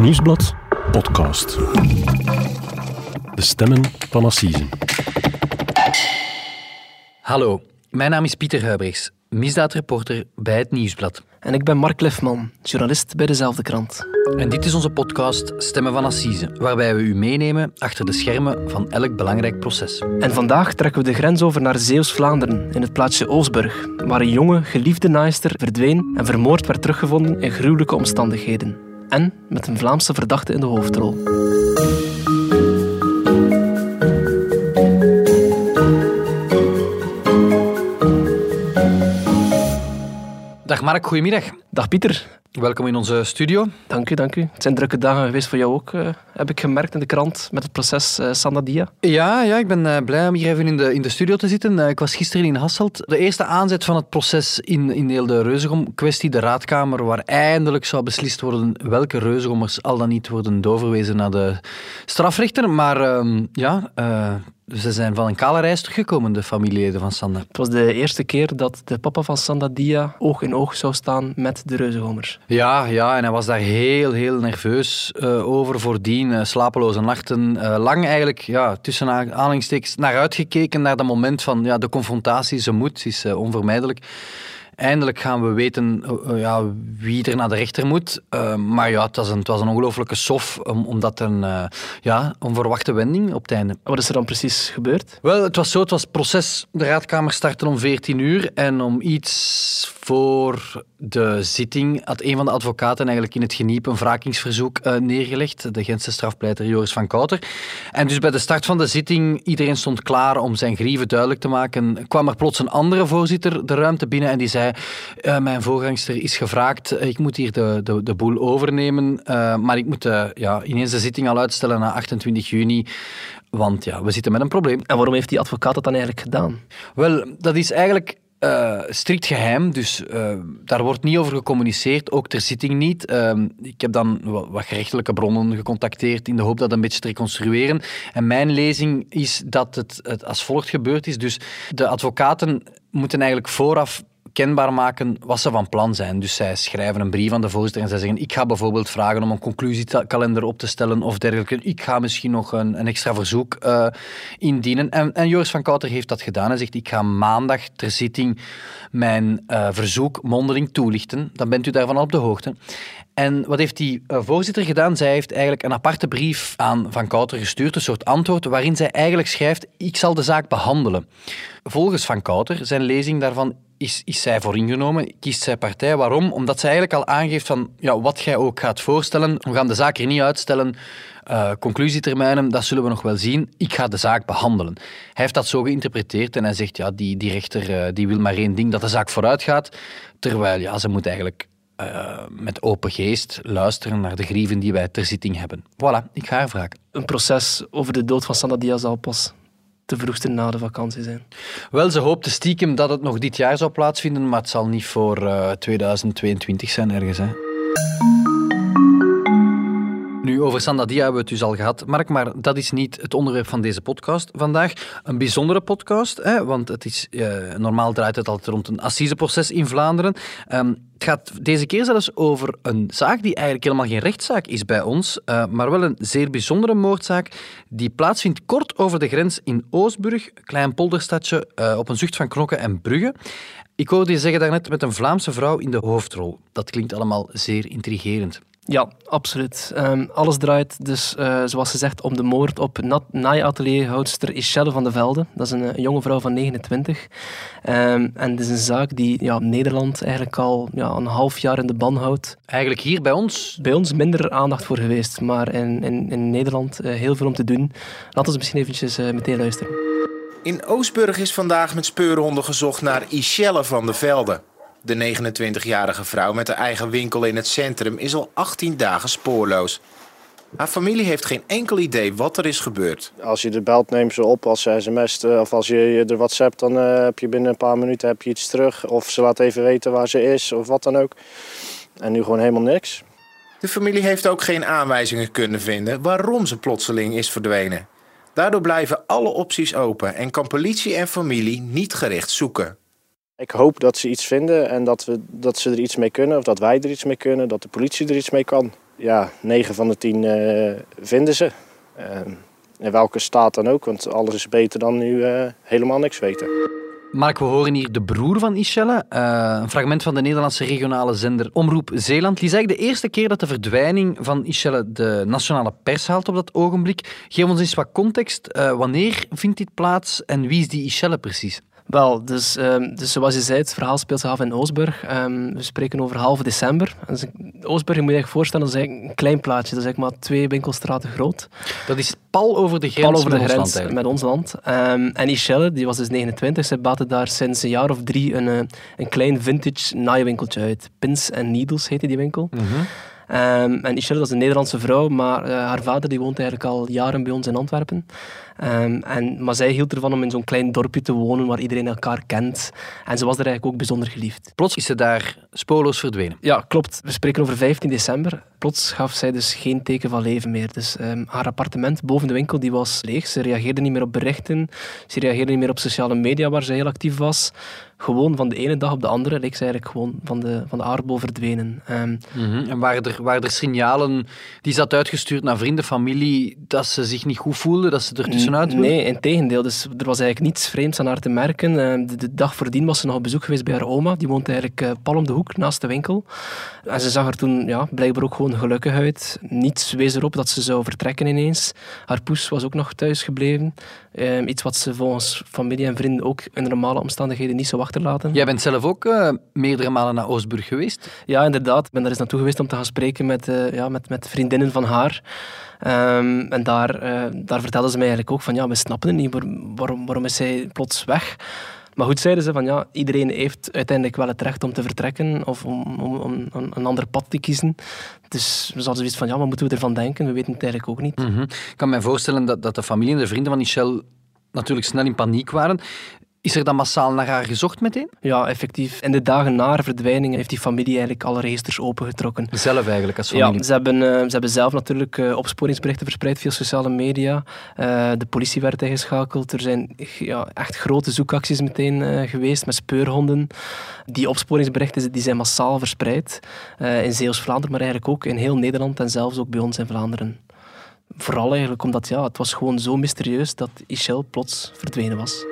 Nieuwsblad podcast. De stemmen van Assise. Hallo, mijn naam is Pieter Huybrechts, misdaadreporter bij het Nieuwsblad. En ik ben Mark Lefman, journalist bij dezelfde krant. En dit is onze podcast Stemmen van Assise, waarbij we u meenemen achter de schermen van elk belangrijk proces. En vandaag trekken we de grens over naar Zeeuws-Vlaanderen, in het plaatsje Oosburg, waar een jonge, geliefde naaister verdween en vermoord werd teruggevonden in gruwelijke omstandigheden. En met een Vlaamse verdachte in de hoofdrol. Dag Mark, goedemiddag. Dag Pieter. Welkom in onze studio. Dank u, dank u. Het zijn drukke dagen geweest voor jou ook, heb ik gemerkt in de krant, met het proces Sandadia. Ja, ik ben blij om hier even in de studio te zitten. Ik was gisteren in Hasselt. De eerste aanzet van het proces in heel de Reuzegom-kwestie, de raadkamer, waar eindelijk zou beslist worden welke Reuzegommers al dan niet worden doorverwezen naar de strafrechter. Maar ze zijn van een kale reis teruggekomen, de familieleden van Sanda. Het was de eerste keer dat de papa van Sandadia oog in oog zou staan met de Reuzegommers. Ja, en hij was daar heel nerveus over. Voordien slapeloze nachten. Lang eigenlijk, tussen aanhalingstekens, naar uitgekeken, naar dat moment van de confrontatie. Ze is onvermijdelijk. Eindelijk gaan we weten wie er naar de rechter moet. Maar het was een ongelooflijke sof, omdat een onverwachte wending op het einde. Wat is er dan precies gebeurd? Wel, het was proces. De raadkamer startte om 14:00 en om iets voor de zitting had een van de advocaten eigenlijk in het geniep een wrakingsverzoek neergelegd, de Gentse strafpleiter Joris van Kouter. En dus bij de start van de zitting, iedereen stond klaar om zijn grieven duidelijk te maken, kwam er plots een andere voorzitter de ruimte binnen en die zei, mijn voorgangster is gevraagd, ik moet hier de boel overnemen, maar ik moet ineens de zitting al uitstellen naar 28 juni, want we zitten met een probleem. En waarom heeft die advocaat dat dan eigenlijk gedaan? Wel, dat is eigenlijk strikt geheim, dus daar wordt niet over gecommuniceerd, ook ter zitting niet. Ik heb dan wat gerechtelijke bronnen gecontacteerd in de hoop dat een beetje te reconstrueren. En mijn lezing is dat het als volgt gebeurd is. Dus de advocaten moeten eigenlijk vooraf kenbaar maken wat ze van plan zijn. Dus zij schrijven een brief aan de voorzitter en zij zeggen, ik ga bijvoorbeeld vragen om een conclusiekalender op te stellen of dergelijke. Ik ga misschien nog een extra verzoek indienen. En Joris van Kouter heeft dat gedaan. Hij zegt, ik ga maandag ter zitting mijn verzoek mondeling toelichten. Dan bent u daarvan op de hoogte. En wat heeft die voorzitter gedaan? Zij heeft eigenlijk een aparte brief aan Van Kouter gestuurd, een soort antwoord, waarin zij eigenlijk schrijft, ik zal de zaak behandelen. Volgens Van Kouter, zijn lezing daarvan, is zij vooringenomen, kiest zij partij. Waarom? Omdat zij eigenlijk al aangeeft van, wat jij ook gaat voorstellen, we gaan de zaak er niet uitstellen, conclusietermijnen, dat zullen we nog wel zien, ik ga de zaak behandelen. Hij heeft dat zo geïnterpreteerd en hij zegt, die rechter die wil maar één ding, dat de zaak vooruit gaat, terwijl ze moet eigenlijk met open geest luisteren naar de grieven die wij ter zitting hebben. Voilà, ik ga haar vragen. Een proces over de dood van Sandadia zal pas te vroegste na de vakantie zijn. Wel, ze hoopte stiekem dat het nog dit jaar zou plaatsvinden, maar het zal niet voor 2022 zijn ergens. Hè. Nu, over Sandadia hebben we het dus al gehad, Mark, maar dat is niet het onderwerp van deze podcast vandaag. Een bijzondere podcast, want het is, normaal draait het altijd rond een assiseproces in Vlaanderen. Het gaat deze keer zelfs over een zaak die eigenlijk helemaal geen rechtszaak is bij ons, maar wel een zeer bijzondere moordzaak die plaatsvindt kort over de grens in Oosburg, een klein polderstadje op een zucht van Knokke en Brugge. Ik hoorde je zeggen daarnet met een Vlaamse vrouw in de hoofdrol. Dat klinkt allemaal zeer intrigerend. Ja, absoluut. Alles draait dus, zoals gezegd, om de moord op naaiatelierhoudster Ischelle van de Velde. Dat is een jonge vrouw van 29. En het is een zaak die Nederland eigenlijk al een half jaar in de ban houdt. Eigenlijk hier bij ons? Bij ons minder aandacht voor geweest, maar in Nederland heel veel om te doen. Laten we misschien eventjes meteen luisteren. In Oosburg is vandaag met speurhonden gezocht naar Ischelle van de Velde. De 29-jarige vrouw met haar eigen winkel in het centrum is al 18 dagen spoorloos. Haar familie heeft geen enkel idee wat er is gebeurd. Als je er belt, neem ze op. Als ze sms't of als je er WhatsApp, dan heb je binnen een paar minuten iets terug. Of ze laat even weten waar ze is of wat dan ook. En nu gewoon helemaal niks. De familie heeft ook geen aanwijzingen kunnen vinden waarom ze plotseling is verdwenen. Daardoor blijven alle opties open en kan politie en familie niet gericht zoeken. Ik hoop dat ze iets vinden en dat ze er iets mee kunnen, of dat wij er iets mee kunnen, dat de politie er iets mee kan. 9 van de 10 vinden ze. In welke staat dan ook, want alles is beter dan nu helemaal niks weten. Mark, we horen hier de broer van Ishelle, een fragment van de Nederlandse regionale zender Omroep Zeeland. Die is eigenlijk de eerste keer dat de verdwijning van Ishelle de nationale pers haalt op dat ogenblik. Geef ons eens wat context. Wanneer vindt dit plaats en wie is die Ishelle precies? Wel, dus zoals je zei, het verhaal speelt zich af in Oostburg. We spreken over half december. Dus Oostburg, je moet je eigenlijk voorstellen, dat is eigenlijk een klein plaatsje. Dat is eigenlijk maar 2 winkelstraten groot. Dat is pal over de grens, met ons land. En Ishelle, die was dus 29, zij baatte daar sinds een jaar of 3 een klein vintage naaimwinkeltje uit. Pins and Needles heette die winkel. Mm-hmm. En Ishelle, dat is een Nederlandse vrouw, maar haar vader die woont eigenlijk al jaren bij ons in Antwerpen. Maar zij hield ervan om in zo'n klein dorpje te wonen waar iedereen elkaar kent. En ze was er eigenlijk ook bijzonder geliefd. Plots is ze daar spoorloos verdwenen. Ja, klopt. We spreken over 15 december. Plots gaf zij dus geen teken van leven meer. Dus haar appartement boven de winkel die was leeg. Ze reageerde niet meer op berichten. Ze reageerde niet meer op sociale media waar ze heel actief was. Gewoon van de ene dag op de andere leek ze eigenlijk gewoon van de aardbol verdwenen. En waren er signalen die ze had uitgestuurd naar vrienden, familie, dat ze zich niet goed voelde, dat ze er tussenuit wilde? Nee, integendeel. Dus er was eigenlijk niets vreemds aan haar te merken. De dag voordien was ze nog op bezoek geweest bij haar oma. Die woont eigenlijk pal om de hoek, naast de winkel. En ze zag er toen blijkbaar ook gewoon gelukkig uit. Niets wees erop dat ze zou vertrekken ineens. Haar poes was ook nog thuis gebleven. Iets wat ze volgens familie en vrienden ook in normale omstandigheden niet zou achterlaten. Jij bent zelf ook meerdere malen naar Oostburg geweest? Ja, inderdaad. Ik ben daar eens naartoe geweest om te gaan spreken met vriendinnen van haar. En daar vertelden ze mij eigenlijk ook van we snappen het niet, waarom is zij plots weg? Maar goed, zeiden ze van iedereen heeft uiteindelijk wel het recht om te vertrekken of om een ander pad te kiezen. Dus we hadden zoiets van wat moeten we ervan denken? We weten het eigenlijk ook niet. Mm-hmm. Ik kan me voorstellen dat de familie en de vrienden van Ishelle natuurlijk snel in paniek waren. Is er dan massaal naar haar gezocht meteen? Ja, effectief. In de dagen na haar verdwijning heeft die familie eigenlijk alle registers opengetrokken. Zelf eigenlijk, als familie? Ja, ze hebben zelf natuurlijk opsporingsberichten verspreid via sociale media. De politie werd ingeschakeld. Er zijn echt grote zoekacties meteen geweest met speurhonden. Die opsporingsberichten die zijn massaal verspreid. In Zeeuws-Vlaanderen, maar eigenlijk ook in heel Nederland en zelfs ook bij ons in Vlaanderen. Vooral eigenlijk omdat het was gewoon zo mysterieus dat Ishelle plots verdwenen was.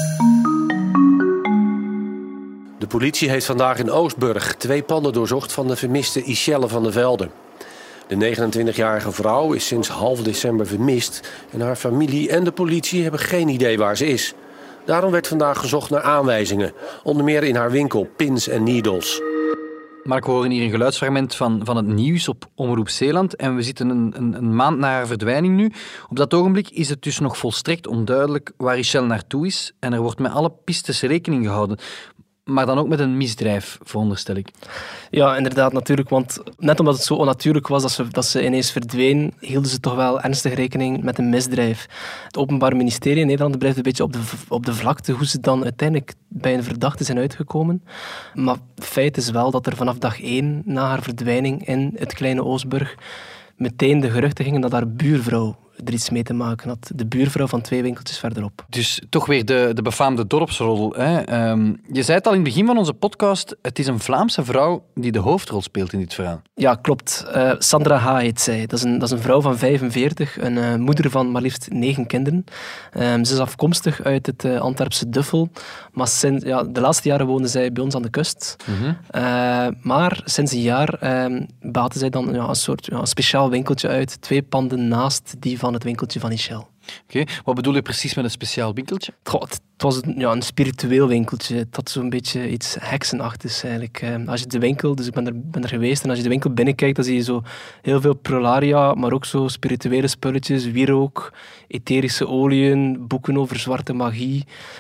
De politie heeft vandaag in Oostburg 2 panden doorzocht van de vermiste Ishelle van de Velde. De 29-jarige vrouw is sinds half december vermist en haar familie en de politie hebben geen idee waar ze is. Daarom werd vandaag gezocht naar aanwijzingen, onder meer in haar winkel Pins and Needles. Mark, we horen hier een geluidsfragment van het nieuws op Omroep Zeeland en we zitten een maand na haar verdwijning nu. Op dat ogenblik is het dus nog volstrekt onduidelijk waar Ishelle naartoe is en er wordt met alle pistes rekening gehouden. Maar dan ook met een misdrijf, veronderstel ik. Ja, inderdaad, natuurlijk. Want net omdat het zo onnatuurlijk was dat ze ineens verdween, hielden ze toch wel ernstig rekening met een misdrijf. Het Openbaar Ministerie in Nederland blijft een beetje op de vlakte hoe ze dan uiteindelijk bij een verdachte zijn uitgekomen. Maar feit is wel dat er vanaf dag 1 na haar verdwijning in het kleine Oostburg meteen de geruchten gingen dat haar buurvrouw er iets mee te maken had. De buurvrouw van 2 winkeltjes verderop. Dus toch weer de befaamde dorpsrol. Hè? Je zei het al in het begin van onze podcast, het is een Vlaamse vrouw die de hoofdrol speelt in dit verhaal. Ja, klopt. Sandra H. heet zij. Dat is een vrouw van 45, een moeder van maar liefst 9 kinderen. Ze is afkomstig uit het Antwerpse Duffel, maar sinds de laatste jaren woonde zij bij ons aan de kust. Mm-hmm. Maar sinds een jaar baatte zij dan een soort speciaal winkeltje uit, 2 panden naast die van het winkeltje van Ishelle. Oké. Wat bedoel je precies met een speciaal winkeltje? Het was een spiritueel winkeltje. Het had zo'n beetje iets heksenachtigs eigenlijk. Als je de winkel, dus ik ben er geweest, en als je de winkel binnenkijkt, dan zie je zo heel veel prularia, maar ook zo spirituele spulletjes, wierook, etherische oliën, boeken over zwarte magie.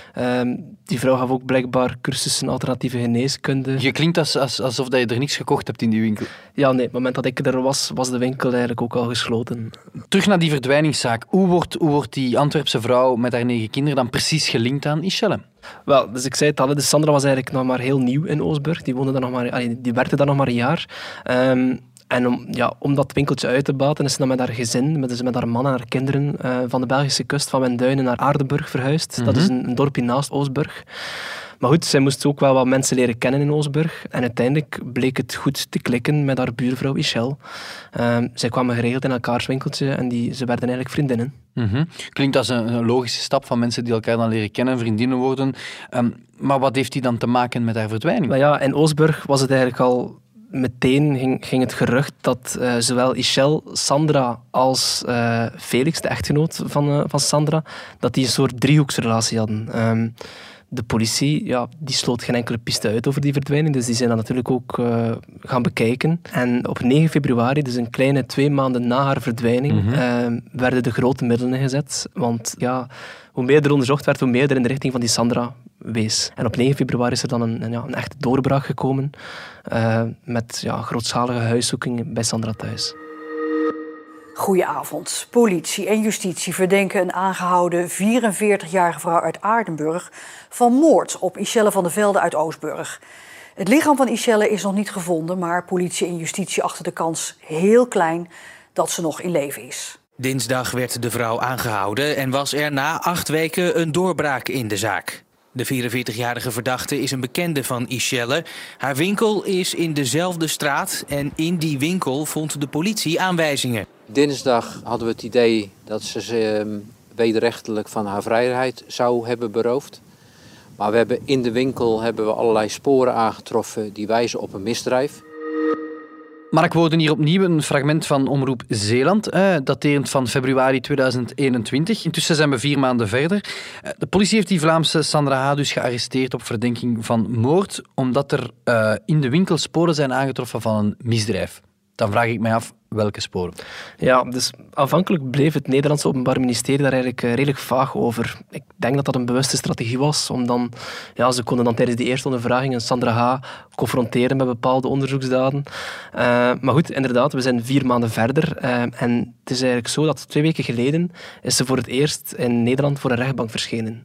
Die vrouw gaf ook blijkbaar cursussen alternatieve geneeskunde. Je klinkt alsof je er niks gekocht hebt in die winkel. Ja, nee, op het moment dat ik er was de winkel eigenlijk ook al gesloten. Terug naar die verdwijningszaak. Hoe wordt die Antwerpse vrouw met haar 9 kinderen dan precies gelinkt aan Ishelle? Wel, dus ik zei het al, dus Sandra was eigenlijk nog maar heel nieuw in Oostburg. Die werkte daar nog maar een jaar. En om dat winkeltje uit te baten is ze dan met haar gezin, met haar man en haar kinderen, van de Belgische kust van Wenduinen naar Aardenburg verhuisd. Mm-hmm. Dat is een dorpje naast Oostburg. Maar goed, zij moest ook wel wat mensen leren kennen in Oostburg. En uiteindelijk bleek het goed te klikken met haar buurvrouw Ischel. Zij kwamen geregeld in elkaars winkeltje en ze werden eigenlijk vriendinnen. Klinkt als een logische stap van mensen die elkaar dan leren kennen, vriendinnen worden. Maar wat heeft die dan te maken met haar verdwijning? Nou ja, in Oostburg was het eigenlijk al... Meteen ging het gerucht dat zowel Ischel, Sandra als Felix, de echtgenoot van Sandra, dat die een soort driehoeksrelatie hadden. De politie die sloot geen enkele piste uit over die verdwijning, dus die zijn dat natuurlijk ook gaan bekijken. En op 9 februari, dus een kleine 2 maanden na haar verdwijning, werden de grote middelen gezet. Want hoe meer er onderzocht werd, hoe meer er in de richting van die Sandra wees. En op 9 februari is er dan een echte doorbraak gekomen met grootschalige huiszoekingen bij Sandra thuis. Goedenavond. Politie en justitie verdenken een aangehouden 44-jarige vrouw uit Aardenburg van moord op Ischelle van de Velde uit Oostburg. Het lichaam van Ischelle is nog niet gevonden, maar politie en justitie achten de kans heel klein dat ze nog in leven is. Dinsdag werd de vrouw aangehouden en was er na 8 weken een doorbraak in de zaak. De 44-jarige verdachte is een bekende van Ischelle. Haar winkel is in dezelfde straat en in die winkel vond de politie aanwijzingen. Dinsdag hadden we het idee dat ze wederrechtelijk van haar vrijheid zou hebben beroofd. Maar in de winkel hebben we allerlei sporen aangetroffen die wijzen op een misdrijf. Mark, we hoorden hier opnieuw een fragment van Omroep Zeeland, daterend van februari 2021. Intussen zijn we 4 maanden verder. De politie heeft die Vlaamse Sandra H. dus gearresteerd op verdenking van moord, omdat er in de winkel sporen zijn aangetroffen van een misdrijf. Dan vraag ik mij af, welke sporen? Ja, dus aanvankelijk bleef het Nederlandse Openbaar Ministerie daar eigenlijk redelijk vaag over. Ik denk dat dat een bewuste strategie was, om dan... ze konden dan tijdens die eerste ondervragingen Sandra H. confronteren met bepaalde onderzoeksdaden. Maar goed, inderdaad, we zijn 4 maanden verder. En het is eigenlijk zo dat 2 weken geleden is ze voor het eerst in Nederland voor een rechtbank verschenen.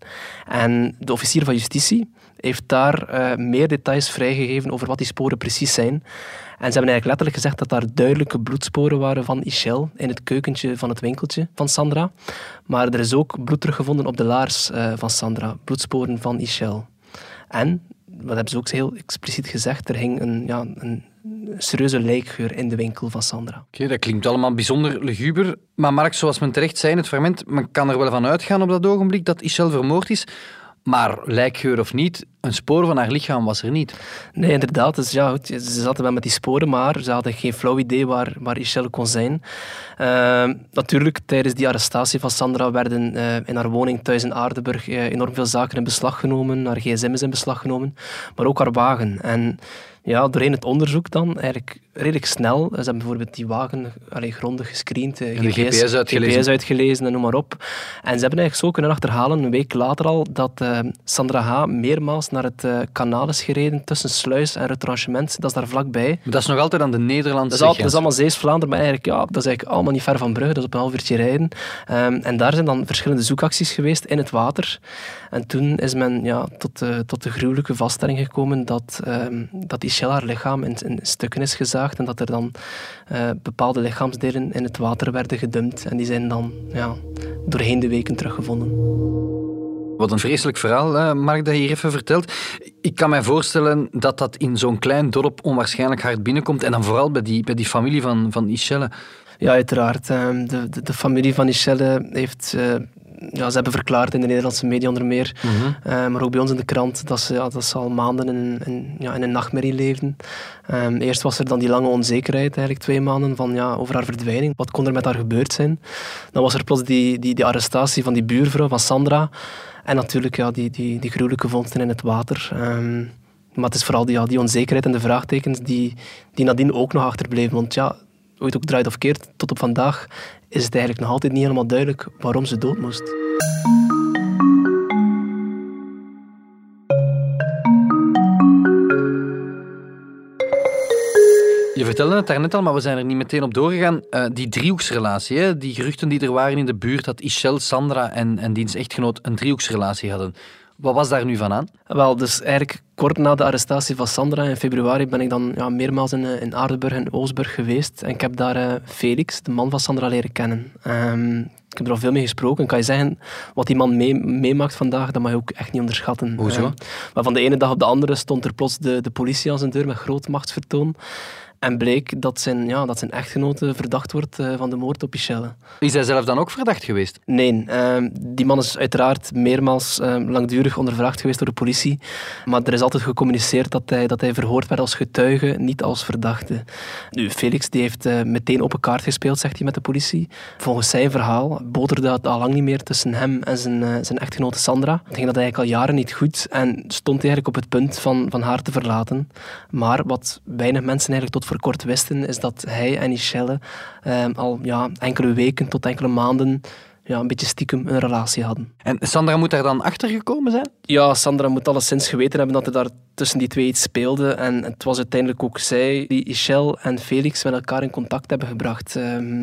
En de officier van justitie heeft daar meer details vrijgegeven over wat die sporen precies zijn. En ze hebben eigenlijk letterlijk gezegd dat daar duidelijke bloedsporen waren van Ischel in het keukentje van het winkeltje van Sandra. Maar er is ook bloed teruggevonden op de laars van Sandra. Bloedsporen van Ischel. En, wat hebben ze ook heel expliciet gezegd, er hing een serieuze lijkgeur in de winkel van Sandra. Oké, dat klinkt allemaal bijzonder luguber. Maar Mark, zoals men terecht zei in het fragment, men kan er wel van uitgaan op dat ogenblik dat Ischel vermoord is. Maar lijkgeur of niet, een spoor van haar lichaam was er niet. Nee, inderdaad. Dus goed, ze zaten wel met die sporen, maar ze hadden geen flauw idee waar Ischelle kon zijn. Natuurlijk, tijdens die arrestatie van Sandra werden in haar woning thuis in Aardenburg enorm veel zaken in beslag genomen. Haar gsm is in beslag genomen, maar ook haar wagen. En doorheen het onderzoek dan, eigenlijk redelijk snel. Ze hebben bijvoorbeeld die wagen grondig gescreend, de GPS uitgelezen en noem maar op. En ze hebben eigenlijk zo kunnen achterhalen, een week later al, dat Sandra H. meermaals naar het kanaal is gereden tussen Sluis en Retranchement. Dat is daar vlakbij. Maar dat is nog altijd aan de Nederlandse grens. Dat is allemaal Zeeuws-Vlaanderen, maar eigenlijk, dat is eigenlijk allemaal niet ver van Brugge. Dat is op een half uurtje rijden. En daar zijn dan verschillende zoekacties geweest in het water. En toen is men tot de gruwelijke vaststelling gekomen dat Ischelle haar lichaam in stukken is gezaagd en dat er dan bepaalde lichaamsdelen in het water werden gedumpt. En die zijn dan doorheen de weken teruggevonden. Wat een vreselijk verhaal, Mark, dat je hier even vertelt. Ik kan mij voorstellen dat dat in zo'n klein dorp onwaarschijnlijk hard binnenkomt. En dan vooral bij die familie van Ischelle. Ja, uiteraard. De familie van Ischelle heeft... ze hebben verklaard in de Nederlandse media onder meer, maar ook bij ons in de krant, dat ze al maanden in een nachtmerrie leefden. Eerst was er dan die lange onzekerheid, eigenlijk 2 maanden, over haar verdwijning. Wat kon er met haar gebeurd zijn? Dan was er plots die arrestatie van die buurvrouw, van Sandra. En natuurlijk die gruwelijke vondsten in het water. Maar het is vooral die onzekerheid en de vraagtekens die nadien ook nog achterbleven. Want hoe je het ook draait of keert, tot op vandaag is het eigenlijk nog altijd niet helemaal duidelijk waarom ze dood moest. Je vertelde het daarnet al, maar we zijn er niet meteen op doorgegaan. Die driehoeksrelatie, die geruchten die er waren in de buurt, dat Ischel, Sandra en diens echtgenoot een driehoeksrelatie hadden. Wat was daar nu van aan? Wel, dus eigenlijk kort na de arrestatie van Sandra in februari ben ik dan meermaals in Aardenburg en Oostburg geweest. En ik heb daar Felix, de man van Sandra, leren kennen. Ik heb er al veel mee gesproken. Kan je zeggen, wat die man meemaakt vandaag, dat mag je ook echt niet onderschatten. Hoezo? Maar van de ene dag op de andere stond er plots de politie aan zijn deur met groot machtsvertoon. En bleek dat zijn echtgenote verdacht wordt van de moord op Ischelle. Is hij zelf dan ook verdacht geweest? Nee, die man is uiteraard meermaals langdurig ondervraagd geweest door de politie. Maar er is altijd gecommuniceerd dat hij verhoord werd als getuige, niet als verdachte. Nu, Felix die heeft meteen open kaart gespeeld, zegt hij met de politie. Volgens zijn verhaal boterde het al lang niet meer tussen hem en zijn echtgenote Sandra. Het ging dat eigenlijk al jaren niet goed en stond eigenlijk op het punt van haar te verlaten. Maar wat weinig mensen eigenlijk tot voor kort wisten, is dat hij en Ischelle al enkele weken tot enkele maanden een beetje stiekem een relatie hadden. En Sandra moet daar dan achter gekomen zijn? Ja, Sandra moet alleszins geweten hebben dat er daar tussen die twee iets speelde. En het was uiteindelijk ook zij die Ischelle en Felix met elkaar in contact hebben gebracht.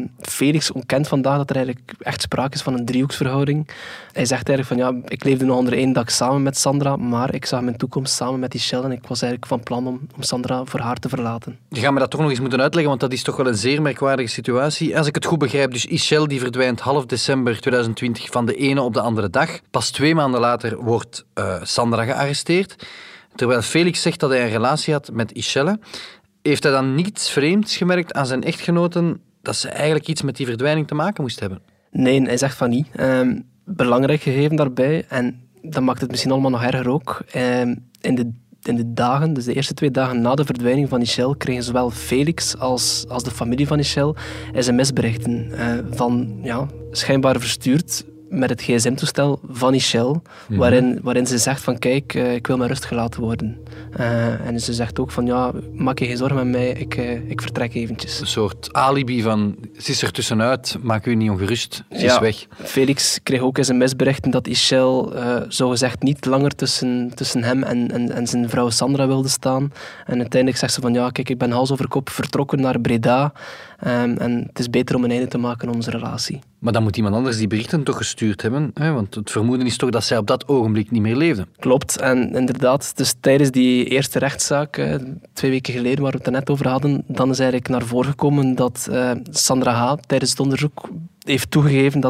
Felix ontkent vandaag dat er eigenlijk echt sprake is van een driehoeksverhouding. Hij zegt eigenlijk van ik leefde nog onder één dak samen met Sandra, maar ik zag mijn toekomst samen met Ischelle en ik was eigenlijk van plan om Sandra voor haar te verlaten. Je gaat me dat toch nog eens moeten uitleggen, want dat is toch wel een zeer merkwaardige situatie. Als ik het goed begrijp, dus Ischelle die verdwijnt half december 2020 van de ene op de andere dag. Pas 2 maanden later wordt Sandra gearresteerd. Terwijl Felix zegt dat hij een relatie had met Ischelle. Heeft hij dan niets vreemds gemerkt aan zijn echtgenoten dat ze eigenlijk iets met die verdwijning te maken moest hebben? Nee, hij zegt van niet. Belangrijk gegeven daarbij, en dat maakt het misschien allemaal nog erger ook. In de dagen, dus de eerste 2 dagen na de verdwijning van Ischelle, kregen zowel Felix als de familie van Ischelle sms-berichten van schijnbaar verstuurd met het gsm-toestel van Ischelle, waarin ze zegt van kijk, ik wil met rust gelaten worden. En ze zegt ook van maak je geen zorgen met mij, ik vertrek eventjes. Een soort alibi van, ze is er tussenuit, maak u niet ongerust, ze is weg. Felix kreeg ook sms-berichten dat Ischelle zogezegd niet langer tussen hem en zijn vrouw Sandra wilde staan. En uiteindelijk zegt ze van kijk, ik ben hals over kop vertrokken naar Breda en het is beter om een einde te maken aan onze relatie. Maar dan moet iemand anders die berichten toch gestuurd hebben, hè? Want het vermoeden is toch dat zij op dat ogenblik niet meer leefde. Klopt, en inderdaad, dus tijdens die eerste rechtszaak, 2 weken geleden waar we het er net over hadden, dan is eigenlijk naar voren gekomen dat Sandra H. tijdens het onderzoek heeft toegegeven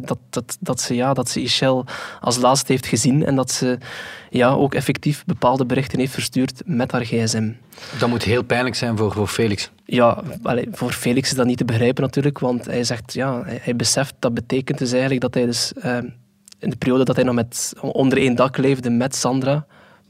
dat ze Ischelle als laatste heeft gezien en dat ze ook effectief bepaalde berichten heeft verstuurd met haar gsm. Dat moet heel pijnlijk zijn voor Felix. Ja, voor Felix is dat niet te begrijpen natuurlijk, want hij zegt, hij beseft, dat betekent dus eigenlijk dat hij dus in de periode dat hij nog onder één dak leefde met Sandra,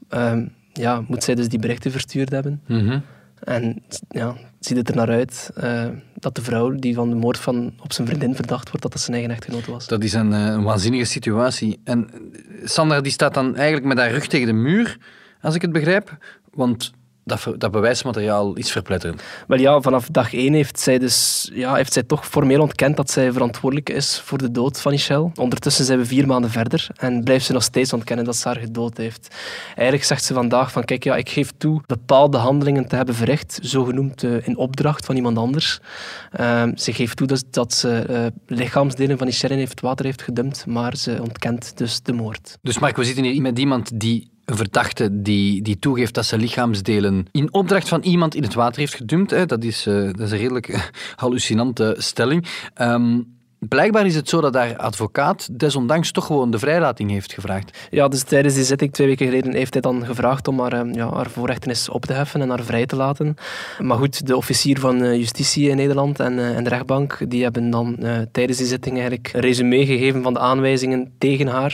moet zij dus die berichten verstuurd hebben. Mm-hmm. En ziet het er naar uit dat de vrouw die van de moord op zijn vriendin verdacht wordt, dat zijn eigen echtgenote was. Dat is een waanzinnige situatie. En Sandra die staat dan eigenlijk met haar rug tegen de muur, als ik het begrijp, want dat bewijsmateriaal is verpletterend. Wel vanaf dag 1 heeft zij toch formeel ontkend dat zij verantwoordelijk is voor de dood van Ischelle. Ondertussen zijn we 4 maanden verder en blijft ze nog steeds ontkennen dat ze haar gedood heeft. Eigenlijk zegt ze vandaag van kijk, ik geef toe bepaalde handelingen te hebben verricht, zogenoemd in opdracht van iemand anders. Ze geeft toe dat ze lichaamsdelen van Ischelle in het water heeft gedumpt, maar ze ontkent dus de moord. Dus Mark, we zitten hier met iemand een verdachte die toegeeft dat ze lichaamsdelen in opdracht van iemand in het water heeft gedumpt. Hè. Dat is een redelijk hallucinante stelling. Blijkbaar is het zo dat haar advocaat desondanks toch gewoon de vrijlating heeft gevraagd. Ja, dus tijdens die zitting 2 weken geleden heeft hij dan gevraagd om haar voorrechtenis op te heffen en haar vrij te laten. Maar goed, de officier van justitie in Nederland en de rechtbank, die hebben dan tijdens die zitting eigenlijk een resume gegeven van de aanwijzingen tegen haar.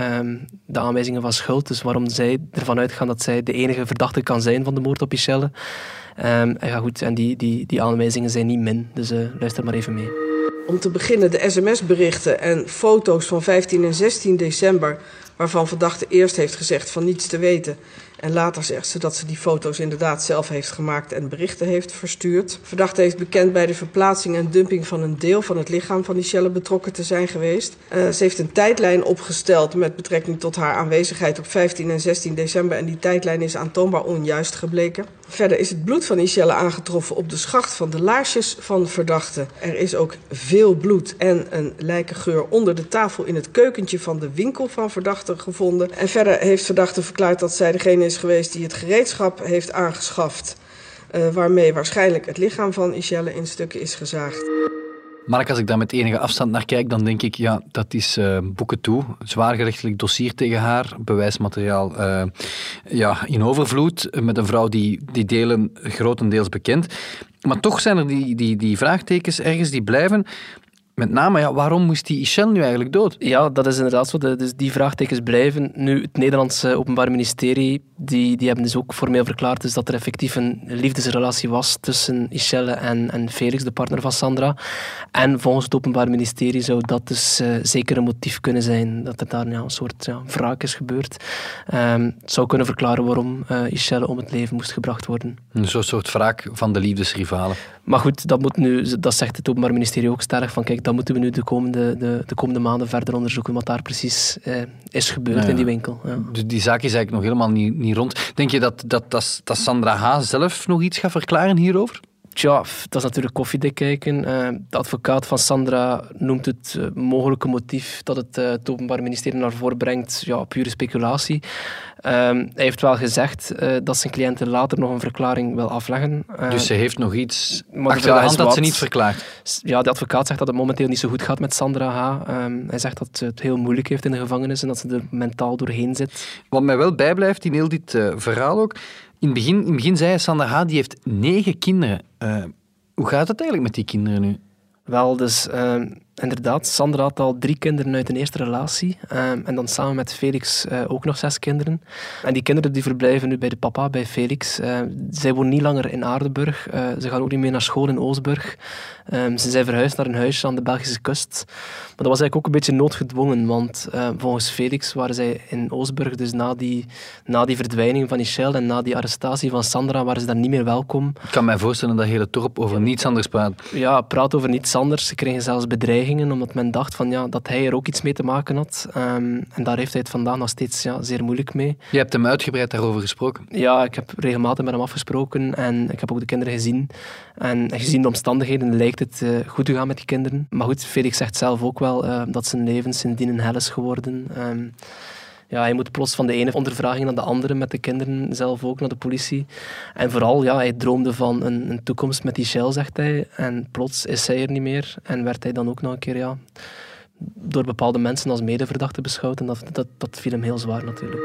De aanwijzingen van schuld, dus waarom zij ervan uitgaan dat zij de enige verdachte kan zijn van de moord op Ischelle. En die aanwijzingen zijn niet min, dus luister maar even mee. Om te beginnen de sms-berichten en foto's van 15 en 16 december... waarvan verdachte eerst heeft gezegd van niets te weten... en later zegt ze dat ze die foto's inderdaad zelf heeft gemaakt... en berichten heeft verstuurd. Verdachte heeft bekend bij de verplaatsing en dumping van een deel van het lichaam van Ischelle betrokken te zijn geweest. Ze heeft een tijdlijn opgesteld met betrekking tot haar aanwezigheid op 15 en 16 december... en die tijdlijn is aantoonbaar onjuist gebleken. Verder is het bloed van Ischelle aangetroffen op de schacht van de laarsjes van verdachte. Er is ook veel bloed en een lijkengeur onder de tafel in het keukentje van de winkel van verdachte gevonden. En verder heeft verdachte verklaard dat zij degene is geweest die het gereedschap heeft aangeschaft. Waarmee waarschijnlijk het lichaam van Ischelle in stukken is gezaagd. Maar als ik daar met enige afstand naar kijk, dan denk ik, ja, dat is boeken toe. Zwaargerechtelijk dossier tegen haar, bewijsmateriaal in overvloed, met een vrouw die delen grotendeels bekend. Maar toch zijn er die vraagtekens ergens die blijven. Met name, waarom moest die Ischel nu eigenlijk dood? Ja, dat is inderdaad zo. Dus die vraagtekens blijven. Nu, het Nederlandse Openbaar Ministerie, die hebben dus ook formeel verklaard dus dat er effectief een liefdesrelatie was tussen Ischelle en Felix, de partner van Sandra. En volgens het Openbaar Ministerie zou dat dus zeker een motief kunnen zijn, dat er daar een soort wraak is gebeurd. Het zou kunnen verklaren waarom Ischelle om het leven moest gebracht worden. Een soort wraak van de liefdesrivalen. Maar goed, dat zegt het Openbaar Ministerie ook sterk van, kijk, dat moeten we nu de komende maanden verder onderzoeken wat daar precies is gebeurd in die winkel. Ja. Dus die zaak is eigenlijk nog helemaal niet rond. Denk je dat Sandra H. zelf nog iets gaat verklaren hierover? Tja, dat is natuurlijk koffiedik kijken. De advocaat van Sandra noemt het mogelijke motief dat het Openbaar Ministerie naar voren brengt, pure speculatie. Hij heeft wel gezegd dat zijn cliënte later nog een verklaring wil afleggen. Dus ze heeft nog iets achter de hand dat ze niet verklaart? Ja, de advocaat zegt dat het momenteel niet zo goed gaat met Sandra H. Hij zegt dat ze het heel moeilijk heeft in de gevangenis en dat ze er mentaal doorheen zit. Wat mij wel bijblijft in heel dit verhaal ook, in het begin zei Sandra H. die heeft 9 kinderen. Hoe gaat het eigenlijk met die kinderen nu? Wel, dus inderdaad, Sandra had al 3 kinderen uit een eerste relatie. En dan samen met Felix ook nog 6 kinderen. En die kinderen die verblijven nu bij de papa, bij Felix. Zij wonen niet langer in Aardenburg. Ze gaan ook niet meer naar school in Oostburg. Ze zijn verhuisd naar een huisje aan de Belgische kust. Maar dat was eigenlijk ook een beetje noodgedwongen, want volgens Felix waren zij in Oostburg, dus na die verdwijning van Ischel en na die arrestatie van Sandra, waren ze daar niet meer welkom. Ik kan mij voorstellen dat hele dorp over niets anders praat. Ja, praat over niets anders. Ze kregen zelfs bedreigingen, omdat men dacht van, dat hij er ook iets mee te maken had. En daar heeft hij het vandaag nog steeds zeer moeilijk mee. Je hebt hem uitgebreid daarover gesproken? Ja, ik heb regelmatig met hem afgesproken en ik heb ook de kinderen gezien. En gezien de omstandigheden lijkt het goed te gaan met die kinderen. Maar goed, Felix zegt zelf ook wel dat zijn leven sindsdien een hel is geworden. Hij moet plots van de ene ondervraging naar de andere, met de kinderen zelf ook, naar de politie. En vooral, hij droomde van een toekomst met Ischel, zegt hij. En plots is zij er niet meer. En werd hij dan ook nog een keer door bepaalde mensen als medeverdachte beschouwd. En dat viel hem heel zwaar natuurlijk.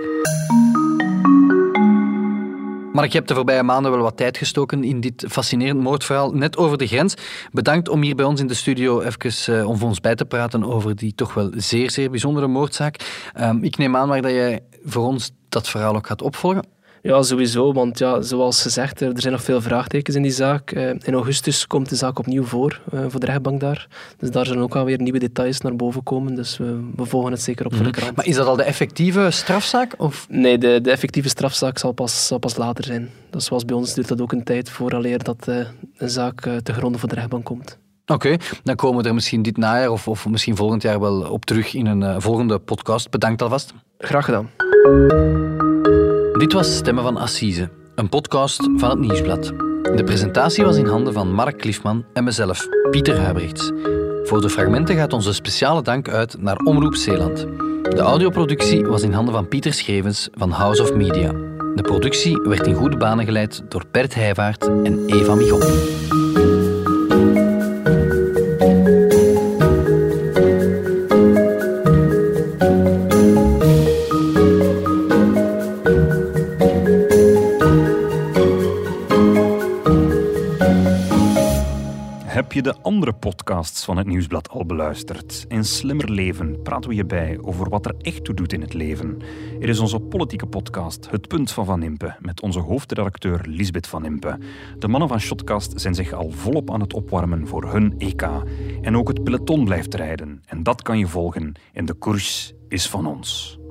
Mark, je hebt de voorbije maanden wel wat tijd gestoken in dit fascinerend moordverhaal, net over de grens. Bedankt om hier bij ons in de studio even om voor ons bij te praten over die toch wel zeer, zeer bijzondere moordzaak. Ik neem aan maar dat jij voor ons dat verhaal ook gaat opvolgen. Ja, sowieso, want zoals gezegd, er zijn nog veel vraagtekens in die zaak. In augustus komt de zaak opnieuw voor de rechtbank daar. Dus daar zullen ook alweer nieuwe details naar boven komen. Dus we volgen het zeker op voor de krant. Maar is dat al de effectieve strafzaak? Of? Nee, de effectieve strafzaak zal pas later zijn. Dus zoals bij ons duurt dat ook een tijd vooraleer dat een zaak te gronden voor de rechtbank komt. Oké, dan komen we er misschien dit najaar of misschien volgend jaar wel op terug in een volgende podcast. Bedankt alvast. Graag gedaan. Dit was Stemmen van Assise, een podcast van het Nieuwsblad. De presentatie was in handen van Mark Cliffman en mezelf, Pieter Huybrechts. Voor de fragmenten gaat onze speciale dank uit naar Omroep Zeeland. De audioproductie was in handen van Pieter Schevens van House of Media. De productie werd in goede banen geleid door Bert Heijvaart en Eva Michon. Heb je de andere podcasts van het Nieuwsblad al beluisterd? In Slimmer Leven praten we je bij over wat er echt toe doet in het leven. Er is onze politieke podcast Het Punt van Van Impe met onze hoofdredacteur Lisbeth Van Impe. De mannen van Shotcast zijn zich al volop aan het opwarmen voor hun EK. En ook het peloton blijft rijden. En dat kan je volgen in De Koers is van ons.